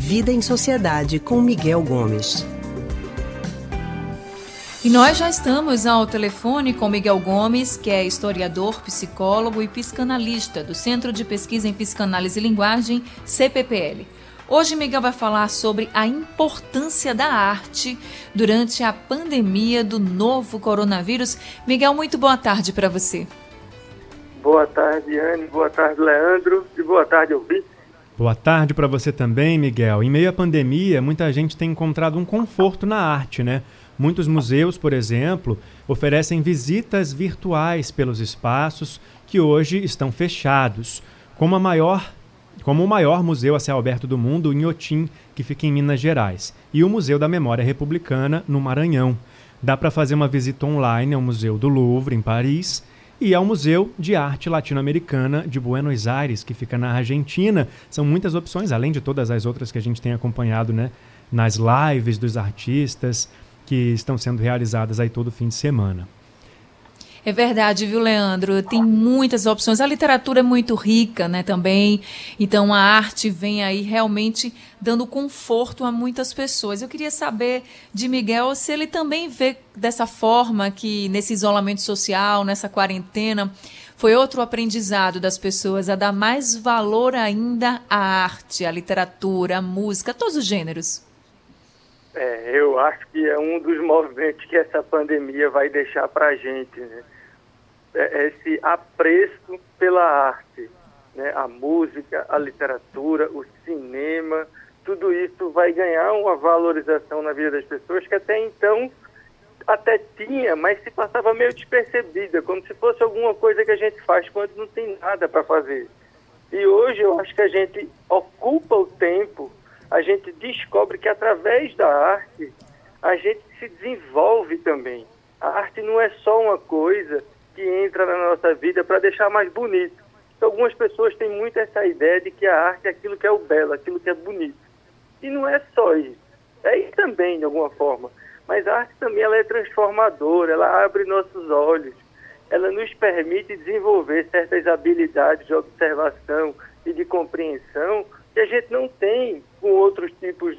Vida em Sociedade com Miguel Gomes. E nós já estamos ao telefone com Miguel Gomes, que é historiador, psicólogo e psicanalista do Centro de Pesquisa em Psicanálise e Linguagem, CPPL. Hoje Miguel vai falar sobre a importância da arte durante a pandemia do novo coronavírus. Miguel, muito boa tarde para você. Boa tarde, Anne. Boa tarde, Leandro. E boa tarde, ouvinte. Boa tarde para você também, Miguel. Em meio à pandemia, muita gente tem encontrado um conforto na arte, né? Muitos museus, por exemplo, oferecem visitas virtuais pelos espaços que hoje estão fechados, como o maior museu a céu aberto do mundo, o Inhotim, que fica em Minas Gerais, e o Museu da Memória Republicana, no Maranhão. Dá para fazer uma visita online ao Museu do Louvre, em Paris, e ao Museu de Arte Latino-Americana de Buenos Aires, que fica na Argentina. São muitas opções, além de todas as outras que a gente tem acompanhado, né, nas lives dos artistas que estão sendo realizadas aí todo fim de semana. É verdade, viu, Leandro? Tem muitas opções. A literatura é muito rica, né, também. Então, a arte vem aí realmente dando conforto a muitas pessoas. Eu queria saber de Miguel se ele também vê dessa forma que nesse isolamento social, nessa quarentena, foi outro aprendizado das pessoas a dar mais valor ainda à arte, à literatura, à música, a todos os gêneros. Eu acho que é um dos movimentos que essa pandemia vai deixar para a gente, né? Esse apreço pela arte, né? A música, a literatura, o cinema, tudo isso vai ganhar uma valorização na vida das pessoas que até então até tinha, mas se passava meio despercebida, como se fosse alguma coisa que a gente faz quando não tem nada para fazer. E hoje eu acho que a gente ocupa o tempo, a gente descobre que através da arte a gente se desenvolve também. A arte não é só uma coisa que entra na nossa vida para deixar mais bonito. Então, algumas pessoas têm muito essa ideia de que a arte é aquilo que é o belo, aquilo que é bonito. E não é só isso. É isso também, de alguma forma. Mas a arte também ela é transformadora, ela abre nossos olhos, ela nos permite desenvolver certas habilidades de observação e de compreensão que a gente não tem com outros tipos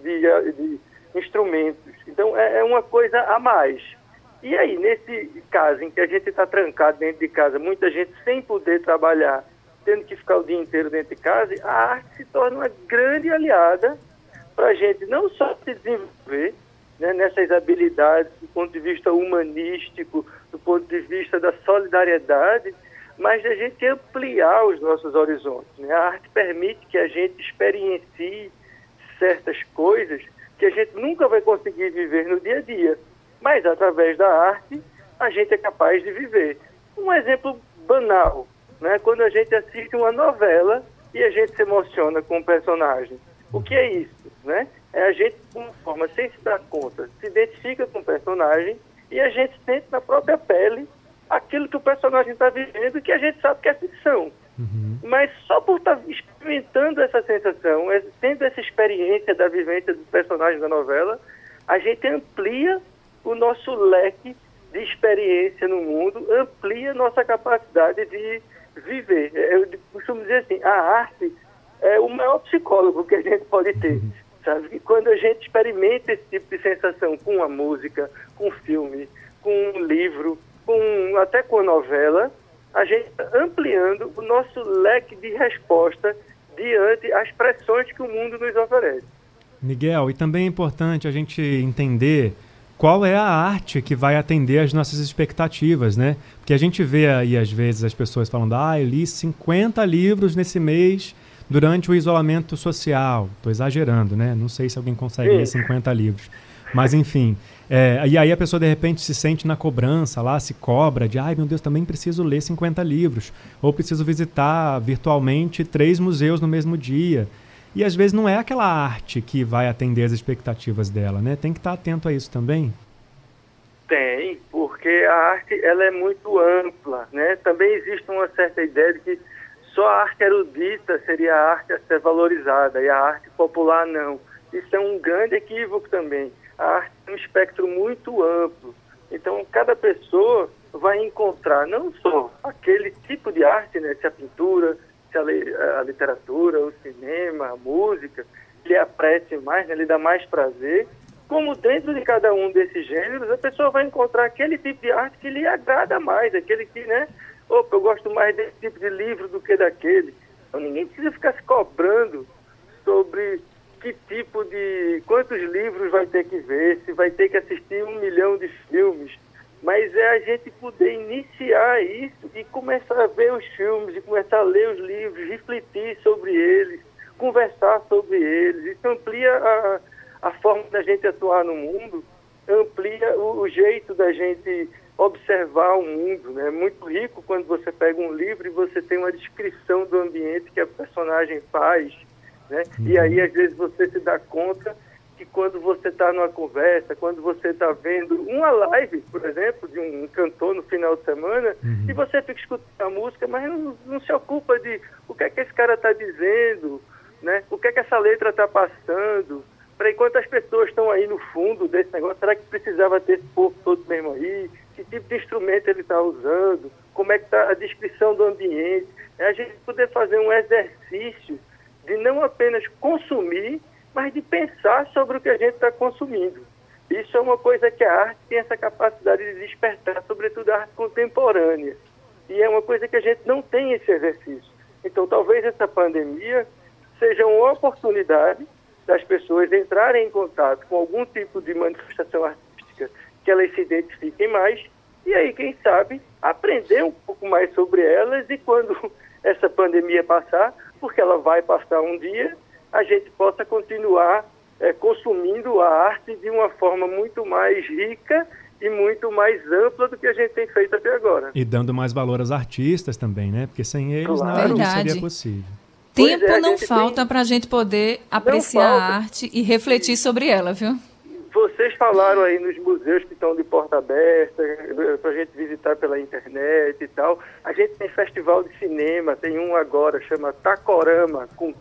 de instrumentos. Então, é uma coisa a mais. E aí, nesse caso em que a gente está trancado dentro de casa, muita gente sem poder trabalhar, tendo que ficar o dia inteiro dentro de casa, a arte se torna uma grande aliada para a gente não só se desenvolver, né, nessas habilidades do ponto de vista humanístico, do ponto de vista da solidariedade, mas a gente ampliar os nossos horizontes, né? A arte permite que a gente experiencie certas coisas que a gente nunca vai conseguir viver no dia a dia, mas através da arte a gente é capaz de viver. Um exemplo banal, né? Quando a gente assiste uma novela e a gente se emociona com um personagem. O que é isso, né? É a gente, de uma forma sem se dar conta, se identifica com o personagem e a gente sente na própria pele aquilo que o personagem está vivendo, que a gente sabe que é ficção. Mas só por estar experimentando essa sensação, tendo essa experiência da vivência do personagem da novela, a gente amplia o nosso leque de experiência no mundo, amplia nossa capacidade de viver. Eu costumo dizer assim, a arte é o maior psicólogo que a gente pode ter. Sabe? E quando a gente experimenta esse tipo de sensação com a música, com o filme, com um livro, até com a novela, a gente está ampliando o nosso leque de resposta diante as pressões que o mundo nos oferece. Miguel, e também é importante a gente entender qual é a arte que vai atender às nossas expectativas, né? Porque a gente vê aí, às vezes, as pessoas falando, eu li 50 livros nesse mês durante o isolamento social. Estou exagerando, né? Não sei se alguém consegue ler 50 livros. Mas, enfim, e aí a pessoa, de repente, se sente na cobrança lá, se cobra de, meu Deus, também preciso ler 50 livros. Ou preciso visitar virtualmente 3 museus no mesmo dia. E, às vezes, não é aquela arte que vai atender as expectativas dela, né? Tem que estar atento a isso também. Tem, porque a arte ela é muito ampla, né? Também existe uma certa ideia de que só a arte erudita seria a arte a ser valorizada e a arte popular não. Isso é um grande equívoco também. A arte tem um espectro muito amplo. Então, cada pessoa vai encontrar não só aquele tipo de arte, né, se é pintura, arte, a literatura, o cinema, a música, lhe aprecie mais, né, lhe dá mais prazer, como dentro de cada um desses gêneros, a pessoa vai encontrar aquele tipo de arte que lhe agrada mais, aquele que, né, opa, eu gosto mais desse tipo de livro do que daquele. Então ninguém precisa ficar se cobrando sobre que tipo de... quantos livros vai ter que ver, se vai ter que assistir 1 milhão de filmes, mas é a gente poder iniciar isso e começar a ver os filmes, e começar a ler os livros, refletir sobre eles, conversar sobre eles. Isso amplia a forma da gente atuar no mundo, amplia o jeito da gente observar o mundo, né? É muito rico quando você pega um livro e você tem uma descrição do ambiente que a personagem faz, né? E aí, às vezes, você se dá conta que quando você está numa conversa, quando você está vendo uma live, por exemplo, de um cantor no final de semana, e você fica escutando a música, mas não se ocupa de o que é que esse cara está dizendo, né? O que é que essa letra está passando, para quantas pessoas estão aí no fundo desse negócio, será que precisava ter esse povo todo mesmo aí? Que tipo de instrumento ele está usando? Como é que está a descrição do ambiente? É a gente poder fazer um exercício de não apenas consumir, mas de pensar sobre o que a gente está consumindo. Isso é uma coisa que a arte tem essa capacidade de despertar, sobretudo a arte contemporânea. E é uma coisa que a gente não tem esse exercício. Então, talvez essa pandemia seja uma oportunidade das pessoas entrarem em contato com algum tipo de manifestação artística que elas se identifiquem mais, e aí, quem sabe, aprender um pouco mais sobre elas, e quando essa pandemia passar, porque ela vai passar um dia, a gente possa continuar consumindo a arte de uma forma muito mais rica e muito mais ampla do que a gente tem feito até agora. E dando mais valor aos artistas também, né? Porque sem eles Claro. nada disso seria possível. Tempo não falta para a gente poder apreciar a arte e refletir sobre ela, viu? Vocês falaram aí nos museus que estão de porta aberta, para a gente visitar pela internet e tal. A gente tem festival de cinema, tem um agora, chama Tacorama, com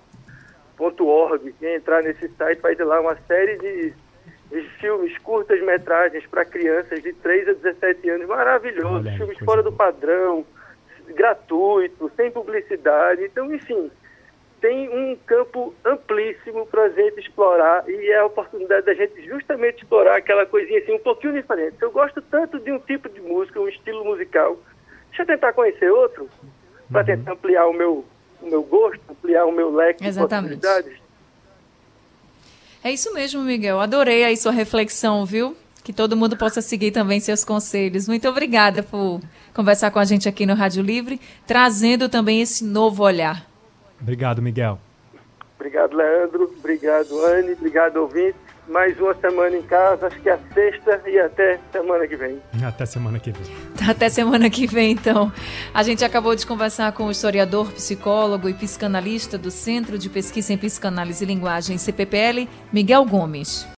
K.org. Quem entrar nesse site vai ter lá uma série de filmes, curtas-metragens para crianças de 3 a 17 anos, maravilhosos, filmes fora do padrão, gratuito, sem publicidade. Então, enfim, tem um campo amplíssimo para a gente explorar, e é a oportunidade da gente justamente explorar aquela coisinha assim, um pouquinho diferente. Se eu gosto tanto de um tipo de música, um estilo musical, deixa eu tentar conhecer outro, para tentar ampliar o meu gosto, ampliar o meu leque de possibilidades. É isso mesmo, Miguel. Adorei aí sua reflexão, viu? Que todo mundo possa seguir também seus conselhos. Muito obrigada por conversar com a gente aqui no Rádio Livre, trazendo também esse novo olhar. Obrigado, Miguel. Obrigado, Leandro. Obrigado, Anne. Obrigado, ouvinte. Mais uma semana em casa, acho que é a sexta, e até semana que vem. Até semana que vem. Até semana que vem, então. A gente acabou de conversar com o historiador, psicólogo e psicanalista do Centro de Pesquisa em Psicanálise e Linguagem, CPPL, Miguel Gomes.